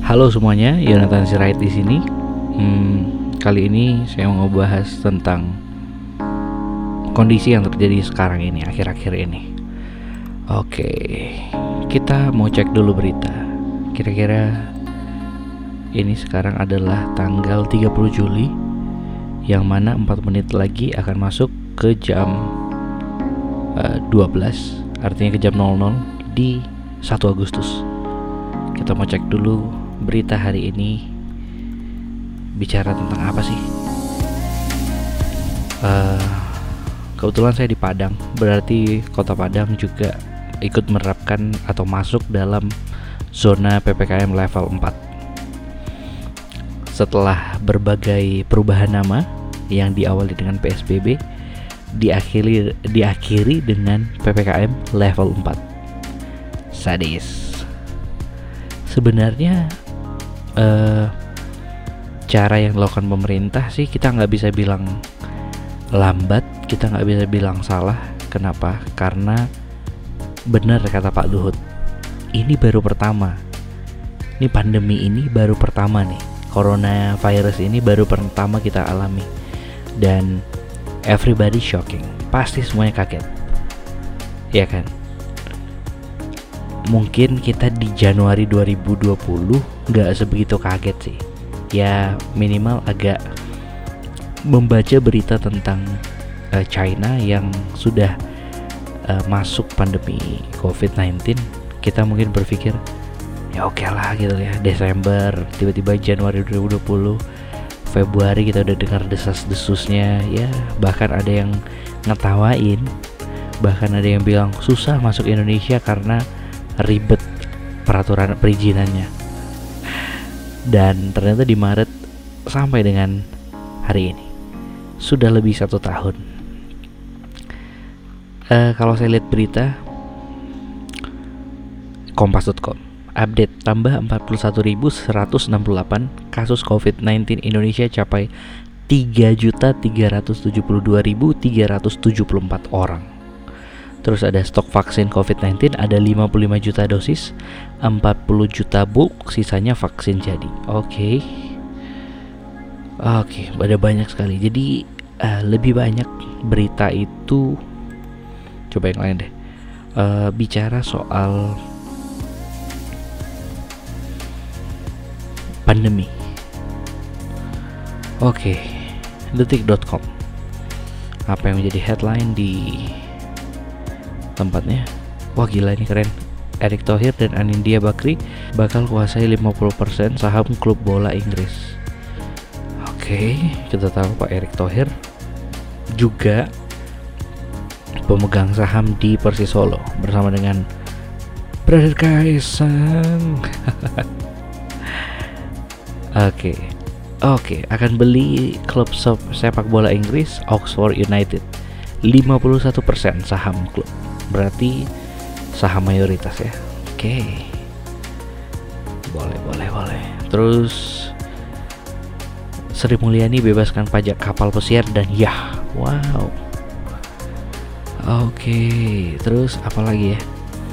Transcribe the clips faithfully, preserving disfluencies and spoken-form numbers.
Halo semuanya, Yonatan Sirait di sini. Hmm, kali ini saya mau ngebahas tentang kondisi yang terjadi sekarang ini, akhir-akhir ini. Oke, kita mau cek dulu berita. Kira-kira ini sekarang adalah tanggal tiga puluh Juli, yang mana empat menit lagi akan masuk ke jam uh, dua belas, artinya ke jam nol nol di satu Agustus. Kita mau cek dulu berita hari ini bicara tentang apa sih. uh, Kebetulan saya di Padang, berarti kota Padang juga ikut menerapkan atau masuk dalam zona P P K M level empat. Setelah berbagai perubahan nama yang diawali dengan P S B B, diakhiri diakhiri dengan P P K M level empat. Sadis. Sebenarnya uh, cara yang dilakukan pemerintah sih kita nggak bisa bilang lambat, kita nggak bisa bilang salah. Kenapa? Karena benar kata Pak Luhut, ini baru pertama. Ini pandemi ini baru pertama nih. Coronavirus ini baru pertama kita alami. Dan everybody shocking. Pasti semuanya kaget. Ya kan? Mungkin kita di Januari dua ribu dua puluh gak sebegitu kaget sih. Ya minimal agak membaca berita tentang uh, China yang sudah uh, masuk pandemi covid sembilan belas. Kita mungkin berpikir ya oke okay lah gitu ya, Desember, tiba-tiba Januari dua ribu dua puluh, Februari kita udah dengar desas-desusnya. Ya bahkan ada yang ngetawain, bahkan ada yang bilang susah masuk Indonesia karena ribet peraturan perizinannya. Dan ternyata di Maret sampai dengan hari ini sudah lebih satu tahun. uh, Kalau saya lihat berita kompas dot com update, tambah empat puluh satu ribu seratus enam puluh delapan kasus covid sembilan belas, Indonesia capai tiga juta tiga ratus tujuh puluh dua ribu tiga ratus tujuh puluh empat orang. Terus ada stok vaksin covid sembilan belas ada lima puluh lima juta dosis, empat puluh juta bulk, sisanya vaksin jadi. Oke. Okay. Oke, okay, ada banyak sekali. Jadi uh, lebih banyak berita itu, coba yang lain deh. Uh, bicara soal pandemi. Oke, okay. detik dot com. Apa yang menjadi headline di tempatnya? Wah gila, ini keren. Erick Thohir dan Anindya Bakri bakal kuasai lima puluh persen saham klub bola Inggris. Oke, okay, kita tahu Pak Erick Thohir juga pemegang saham di Persis Solo bersama dengan Brother Kaisang. Oke, okay. oke, okay, akan beli klub sepak bola Inggris Oxford United, lima puluh satu persen saham klub, berarti saham mayoritas ya. Oke, okay. boleh, boleh, boleh. Terus Sri Mulyani bebaskan pajak kapal pesiar dan yah, wow. Oke, okay. Terus apa lagi ya?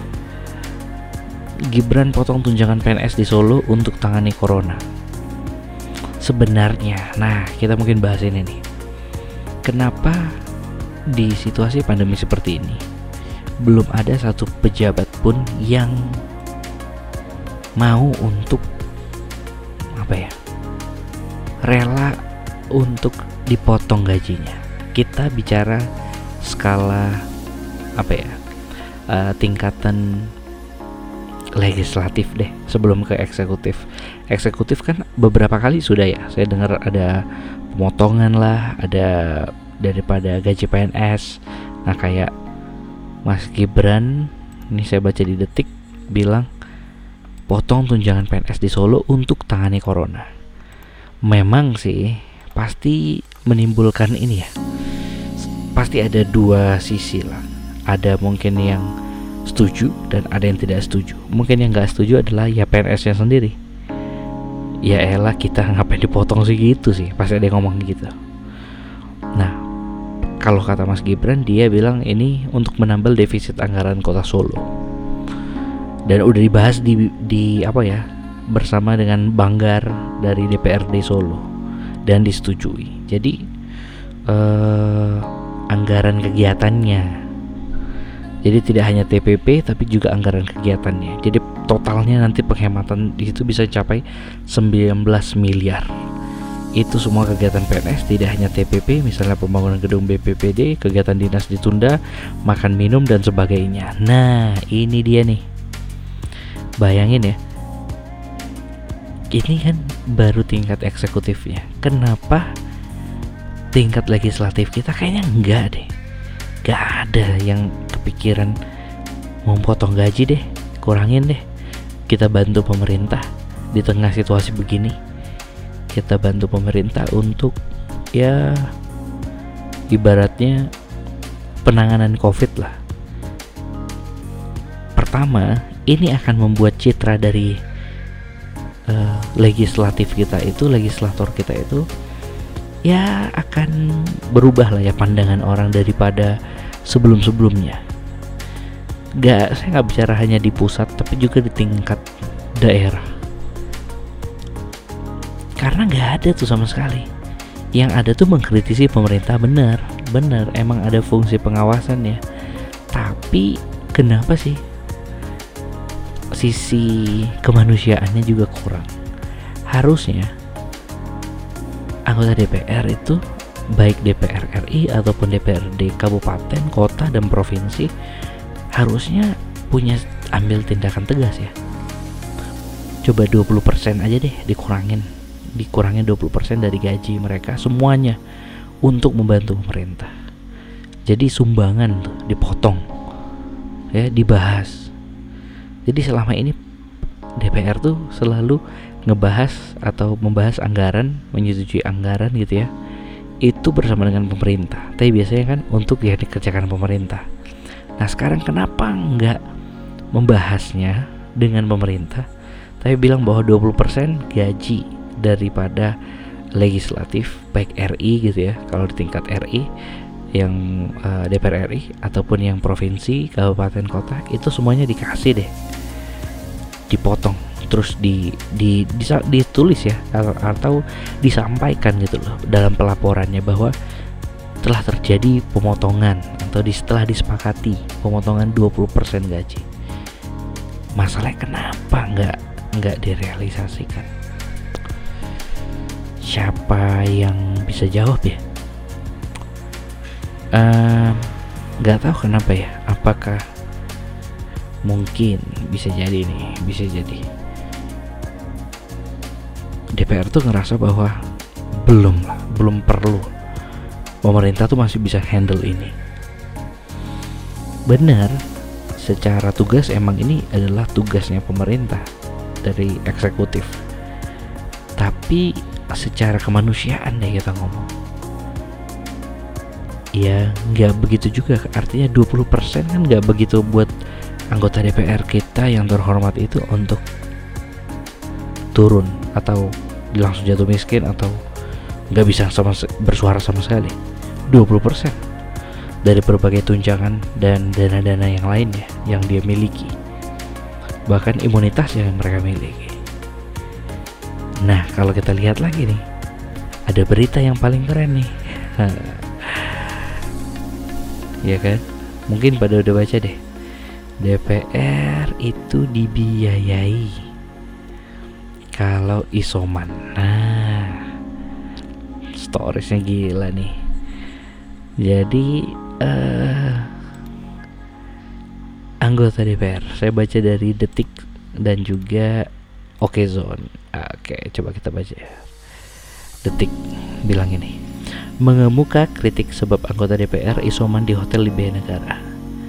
Gibran potong tunjangan P N S di Solo untuk tangani corona. Sebenarnya, nah kita mungkin bahas ini nih. Kenapa di situasi pandemi seperti ini belum ada satu pejabat pun yang mau untuk apa ya, rela untuk dipotong gajinya. Kita bicara skala apa ya, uh, tingkatan legislatif deh, sebelum ke eksekutif. Eksekutif kan beberapa kali sudah ya, saya dengar ada pemotongan lah, ada daripada gaji P N S. Nah kayak Mas Gibran, ini saya baca di Detik, bilang potong tunjangan P N S di Solo untuk tangani corona. Memang sih pasti menimbulkan ini ya, pasti ada dua sisi lah. Ada mungkin yang setuju dan ada yang tidak setuju. Mungkin yang gak setuju adalah ya P N S-nya sendiri. Ya elah, kita ngapain dipotong sih gitu sih, pasti ada yang ngomong gitu. Nah kalau kata Mas Gibran, dia bilang ini untuk menambal defisit anggaran kota Solo. Dan udah dibahas di, di apa ya, bersama dengan Banggar dari D P R D Solo dan disetujui. Jadi eh, anggaran kegiatannya, jadi tidak hanya T P P tapi juga anggaran kegiatannya. Jadi totalnya nanti penghematan di situ bisa capai sembilan belas miliar. Itu semua kegiatan P N S, tidak hanya T P P, misalnya pembangunan gedung B P P D, kegiatan dinas ditunda, makan minum dan sebagainya. Nah, ini dia nih. Bayangin ya. Ini kan baru tingkat eksekutifnya. Kenapa tingkat legislatif kita kayaknya enggak deh. Gak ada yang kepikiran mau potong gaji deh, kurangin deh. Kita bantu pemerintah di tengah situasi begini. Kita bantu pemerintah untuk ya ibaratnya penanganan COVID lah. Pertama, ini akan membuat citra dari uh, legislatif kita itu, legislator kita itu ya akan berubah lah ya pandangan orang daripada sebelum-sebelumnya. Gak, saya nggak bicara hanya di pusat tapi juga di tingkat daerah. Karena nggak ada tuh sama sekali. Yang ada tuh mengkritisi pemerintah, benar, benar. Emang ada fungsi pengawasan ya. Tapi kenapa sih sisi kemanusiaannya juga kurang? Harusnya anggota D P R itu, baik D P R R I ataupun D P R D kabupaten, kota dan provinsi, harusnya punya ambil tindakan tegas ya. Coba dua puluh persen aja deh dikurangin. Dikurangin dua puluh persen dari gaji mereka semuanya untuk membantu pemerintah. Jadi sumbangan tuh dipotong, ya dibahas. Jadi selama ini D P R tuh selalu ngebahas atau membahas anggaran, menyetujui anggaran gitu ya, itu bersama dengan pemerintah. Tapi biasanya kan untuk ya dikerjakan pemerintah. Nah sekarang kenapa nggak membahasnya dengan pemerintah, tapi bilang bahwa dua puluh persen gaji daripada legislatif baik R I gitu ya, kalau di tingkat R I yang uh, D P R R I ataupun yang provinsi, kabupaten, kota, itu semuanya dikasih deh, dipotong terus di, di, di ditulis ya atau, atau disampaikan gitu loh dalam pelaporannya bahwa telah terjadi pemotongan atau di, setelah disepakati pemotongan dua puluh persen gaji. Masalahnya kenapa nggak nggak direalisasikan? Siapa yang bisa jawab ya? Nggak um, tahu kenapa ya. Apakah mungkin bisa jadi nih, bisa jadi D P R tuh ngerasa bahwa belum lah, belum perlu. Pemerintah tuh masih bisa handle ini. Benar, secara tugas emang ini adalah tugasnya pemerintah dari eksekutif. Tapi secara kemanusiaan deh kita ngomong, ya nggak begitu juga. Artinya dua puluh persen kan nggak begitu buat anggota D P R kita yang terhormat itu untuk turun atau langsung jatuh miskin atau nggak bisa sama bersuara sama sekali. Dua puluh persen dari berbagai tunjangan dan dana-dana yang lainnya yang dia miliki, bahkan imunitas yang mereka miliki. Nah, kalau kita lihat lagi nih, ada berita yang paling keren nih. Ya kan? Mungkin pada udah baca deh. D P R itu dibiayai kalau isoman. Nah, storiesnya gila nih. Jadi uh, anggota D P R, saya baca dari Detik dan juga Okezone. Oke, coba kita baca ya. Detik bilang ini, mengemuka kritik sebab anggota D P R isoman di hotel di biaya negara.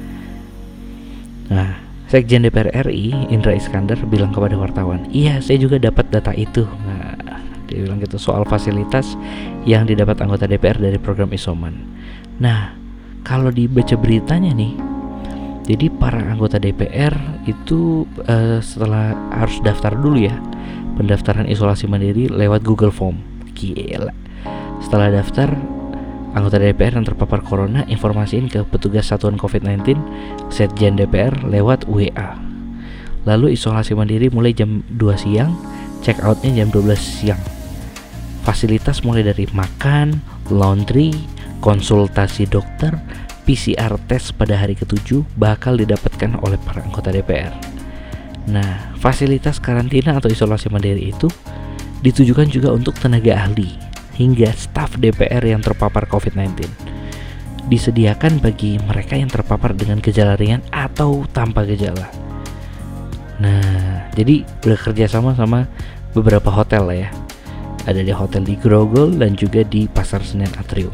Nah, Sekjen D P R R I Indra Iskandar bilang kepada wartawan, iya saya juga dapat data itu. Nah, dia bilang gitu soal fasilitas yang didapat anggota D P R dari program isoman. Nah, kalau dibaca beritanya nih, jadi para anggota D P R itu uh, setelah harus daftar dulu ya, pendaftaran isolasi mandiri lewat Google Form. Gila. Setelah daftar, anggota D P R yang terpapar corona informasiin ke petugas satuan covid sembilan belas Setjen D P R lewat W A. Lalu isolasi mandiri mulai jam dua siang, check outnya jam dua belas siang. Fasilitas mulai dari makan, laundry, konsultasi dokter, P C R test pada hari ketujuh bakal didapatkan oleh para anggota D P R. Nah, fasilitas karantina atau isolasi mandiri itu ditujukan juga untuk tenaga ahli hingga staf D P R yang terpapar covid sembilan belas. Disediakan bagi mereka yang terpapar dengan gejala ringan atau tanpa gejala. Nah, jadi udah kerjasama sama beberapa hotel lah ya. Ada di hotel di Grogol dan juga di Pasar Senen Atrium.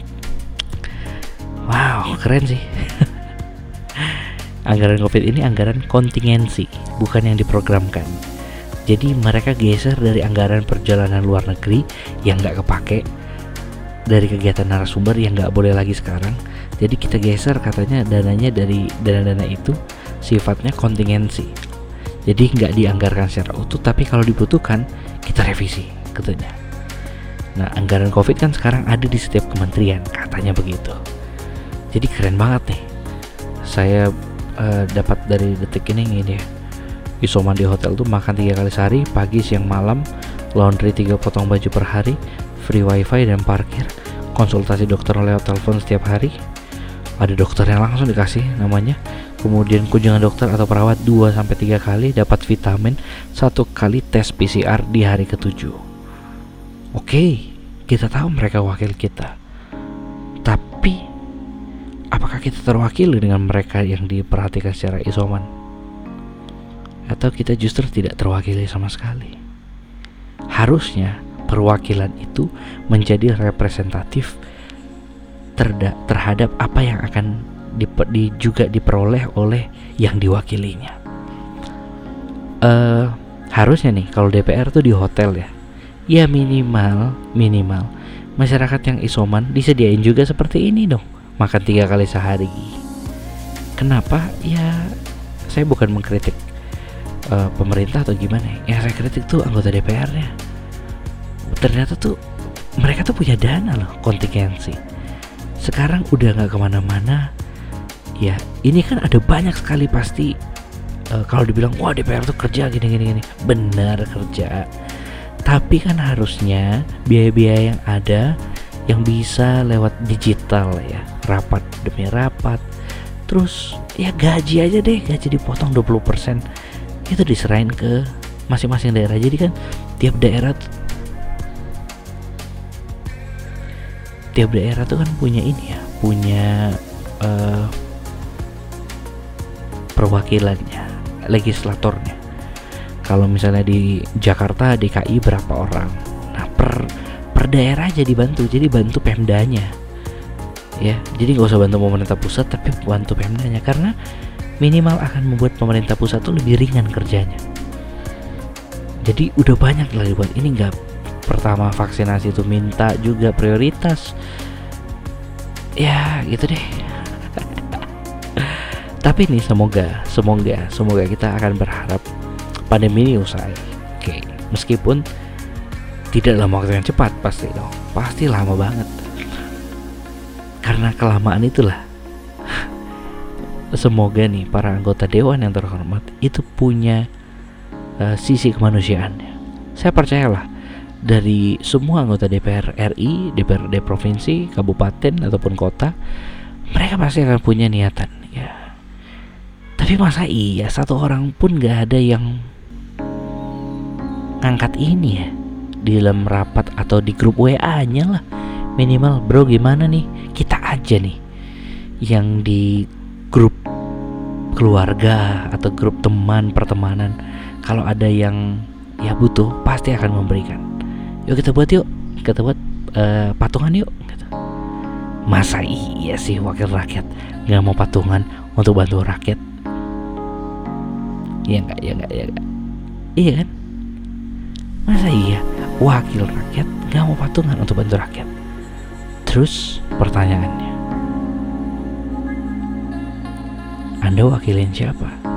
Wow, keren sih. Anggaran COVID ini anggaran kontingensi, bukan yang diprogramkan. Jadi mereka geser dari anggaran perjalanan luar negeri yang gak kepake, dari kegiatan narasumber yang gak boleh lagi sekarang. Jadi kita geser katanya dananya dari dana-dana itu sifatnya kontingensi. Jadi gak dianggarkan secara utuh, tapi kalau dibutuhkan kita revisi katanya. Nah, anggaran COVID kan sekarang ada di setiap kementerian, katanya begitu. Jadi keren banget nih. Saya uh, dapat dari detik ini gini ya. Isoman di hotel tuh makan tiga kali sehari, pagi, siang, malam, laundry tiga potong baju per hari, free wifi dan parkir, konsultasi dokter lewat telepon setiap hari. Ada dokter yang langsung dikasih namanya. Kemudian kunjungan dokter atau perawat dua sampai tiga kali, dapat vitamin, satu kali tes P C R di hari ketujuh. Oke, kita tahu mereka wakil kita. Tapi apakah kita terwakili dengan mereka yang diperhatikan secara isoman? Atau kita justru tidak terwakili sama sekali? Harusnya perwakilan itu menjadi representatif terda- terhadap apa yang akan diper- di, juga diperoleh oleh yang diwakilinya. Uh, harusnya nih kalau D P R tuh di hotel ya, ya minimal minimal masyarakat yang isoman disediain juga seperti ini dong, makan tiga kali sehari. Kenapa? Ya saya bukan mengkritik uh, pemerintah atau gimana ya, saya kritik tuh anggota D P R-nya. Ternyata tuh mereka tuh punya dana loh, kontingensi. Sekarang udah gak kemana-mana. Ya ini kan ada banyak sekali pasti uh, kalau dibilang wah D P R tuh kerja gini-gini-gini, benar kerja. Tapi kan harusnya biaya-biaya yang ada yang bisa lewat digital ya, rapat demi rapat. Terus ya gaji aja deh, gaji dipotong dua puluh persen, itu diserahin ke masing-masing daerah. Jadi kan tiap daerah tiap daerah tuh kan punya ini ya, punya uh, perwakilannya, legislatornya. Kalau misalnya di Jakarta D K I berapa orang, nah per per daerah jadi bantu, jadi bantu Pemdanya ya. Jadi nggak usah bantu pemerintah pusat, tapi bantu Pemdanya, karena minimal akan membuat pemerintah pusat tuh lebih ringan kerjanya. Jadi udah banyak lah dibuat. Ini nggak pertama vaksinasi itu minta juga prioritas ya gitu deh. Tapi nih semoga semoga semoga kita akan berharap pandemi ini usai. Oke, meskipun tidak dalam waktu yang cepat, pasti dong, pasti lama banget. Karena kelamaan itulah semoga nih para anggota dewan yang terhormat itu punya uh, sisi kemanusiaannya. Saya percayalah dari semua anggota D P R R I, D P R D provinsi, kabupaten ataupun kota, mereka pasti akan punya niatan ya. Tapi masa iya satu orang pun gak ada yang ngangkat ini ya di dalam rapat atau di grup W A-nya lah. Minimal bro gimana nih, kita aja nih yang di grup keluarga atau grup teman pertemanan, kalau ada yang ya butuh pasti akan memberikan. Yuk kita buat yuk, kita buat uh, patungan yuk gitu. Masa iya sih wakil rakyat gak mau patungan untuk bantu rakyat? Ya enggak, ya enggak, ya enggak. Iya kan? Masa iya wakil rakyat gak mau patungan untuk bantu rakyat? Terus pertanyaannya, Anda wakilin siapa?